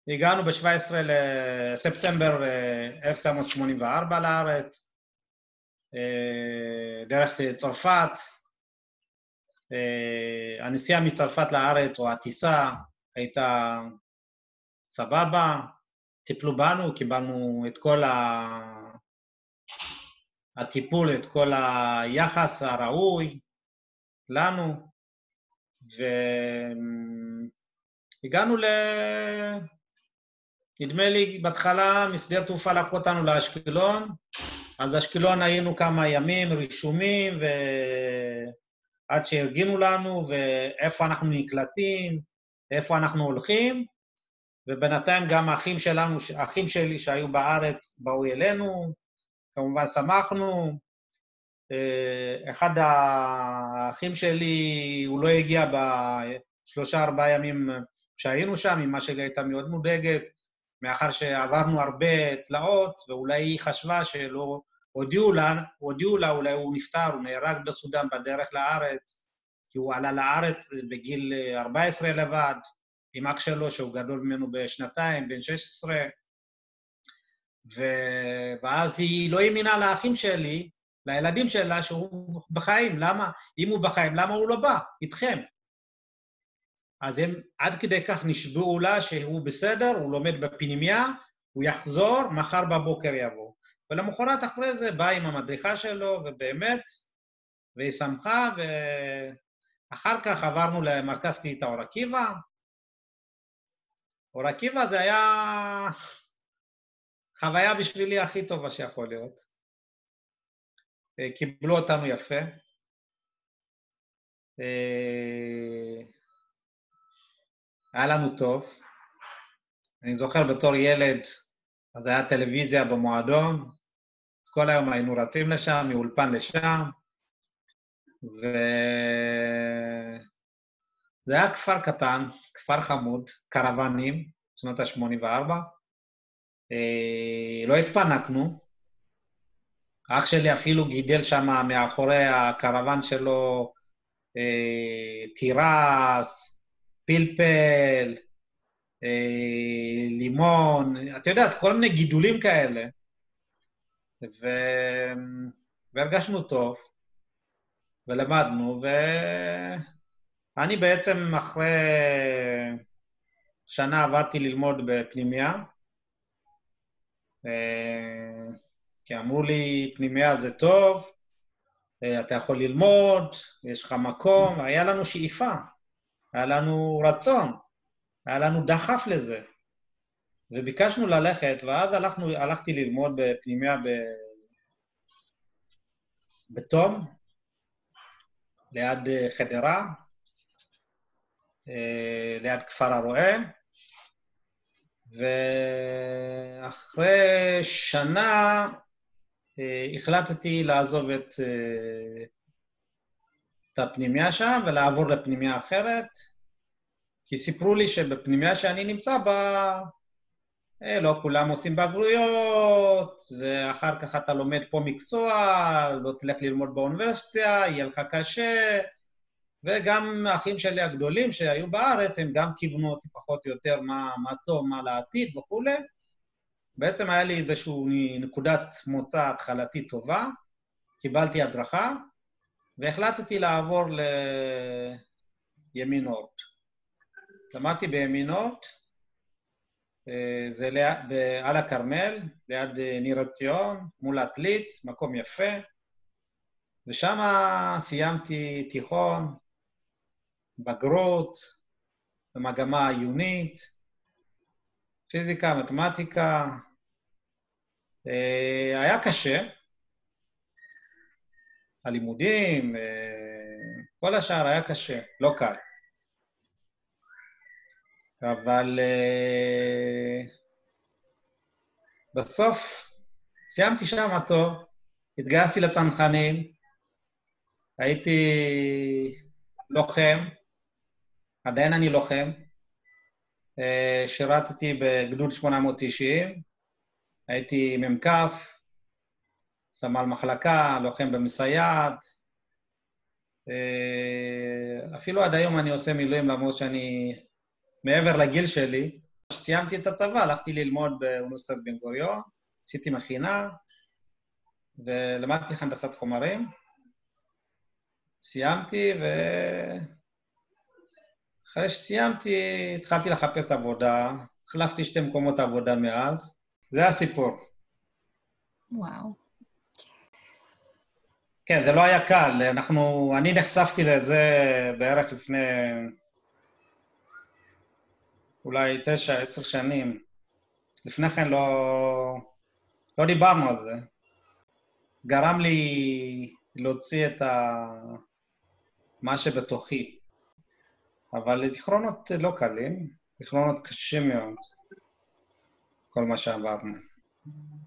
הגענו ב-17 לספטמבר 1984 לארץ, דרך צרפת. הנסיעה מצרפת לארץ או הטיסה הייתה סבבה, טיפלו בנו, קיבלנו את כל הטיפול, את כל היחס הראוי לנו, והגענו נדמה לי בהתחלה משדה תעופה לקחו אותנו לאשקלון, אז אשקלון היינו כמה ימים רישומים, עד שהרגינו לנו ואיפה אנחנו נקלטים, איפה אנחנו הולכים, ובינתיים גם האחים שלי שהיו בארץ באו אלינו, כמובן שמחנו. אחד האחים שלי, הוא לא הגיע ב3-4 ימים שהיינו שם, אמא שלי הייתה מאוד מודאגת, מאחר שעברנו הרבה תלאות, ואולי היא חשבה שלא הודיעו לה, אולי הוא נפטר, הוא נהרג בסודן בדרך לארץ, כי הוא עלה לארץ בגיל 14 לבד, עם אח שלו שהוא גדול ממנו בשנתיים, בן 16, ואז היא לא האמינה לאחים שלי, לילדים שלה שהוא בחיים. למה? אם הוא בחיים, למה הוא לא בא איתכם? אז הם עד כדי כך נשבעו לה שהוא בסדר, הוא לומד בפנימיה, הוא יחזור, מחר בבוקר יבוא. ולמחרת אחרי זה בא עם המדריכה שלו, ובאמת, והיא שמחה, ואחר כך עברנו למרכז קליטה אור עקיבא. אור עקיבא זה היה חוויה בשבילי הכי טובה שיכול להיות. קיבלו אותנו יפה. היה לנו טוב. אני זוכר בתור ילד, אז היה טלוויזיה במועדון, אז כל היום היינו רצים לשם, מאולפן לשם, זה היה כפר קטן, כפר חמוד, קרוונים, שנות ה-84. לא התפנקנו, אח שלי אפילו גידל שם מאחורי הקרוון שלו תירס, פלפל, לימון, אתה יודעת, כל מיני גידולים כאלה. והרגשנו טוב, ולמדנו, ואני בעצם אחרי שנה עברתי ללמוד בפנימיה, כי אמרו לי, פנימיה זה טוב, אתה יכול ללמוד, יש לך מקום, היה לנו שאיפה, היה לנו רצון, היה לנו דחף לזה, וביקשנו ללכת, ואז הלכתי ללמוד בפנימיה בתום, ליד חדרה, ליד כפר הרועה, ואחרי שנה החלטתי לעזוב את הפנימיה שם ולעבור לפנימיה אחרת, כי סיפרו לי שבפנימיה שאני נמצא בה, לא כולם עושים בגרויות, ואחר כך אתה לומד פה מקצוע, לא תלך ללמוד באוניברסיטה, יהיה לך קשה, וגם האחים שלי הגדולים שהיו בארץ, הם גם כיוונו אותי פחות או יותר מה טוב, מה לעתיד וכו'. בעצם היה לי איזשהו נקודת מוצא התחלתית טובה, קיבלתי הדרכה, והחלטתי לעבור לימין אורט. למדתי בימין אורט, זה על הכרמל, ליד ניר עציון, מול עתלית, מקום יפה, ושם סיימתי תיכון, בגרות, במגמה עיונית, פיזיקה, מתמטיקה. היה קשה, הלימודים, כל השאר היה קשה, לא קל. אבל בסוף סיימתי שם טוב, התגייסתי לצנחנים, הייתי לוחם, עדיין אני לוחם, שירתתי בגדוד 890, הייתי ממקף, סמל מחלקה, לוחם במסייעת, אפילו עד היום אני עושה מילואים למרות שאני מעבר לגיל שלי, שסיימתי את הצבא, הלכתי ללמוד באוניברסיטת בן גוריון, עשיתי מכינה, ולמדתי הנדסת חומרים. סיימתי, אחרי שסיימתי, התחלתי לחפש עבודה, החלפתי 2 מקומות עבודה מאז. זה הסיפור. וואו. כן, זה לא היה קל. אני נחשפתי לזה בערך לפני אולי 9-10 שנים. לפני כן לא דיברנו על זה. גרם לי להוציא את מה שבתוכי. אבל זיכרונות לא קלים, זיכרונות קשים מאוד, כל מה שעברנו.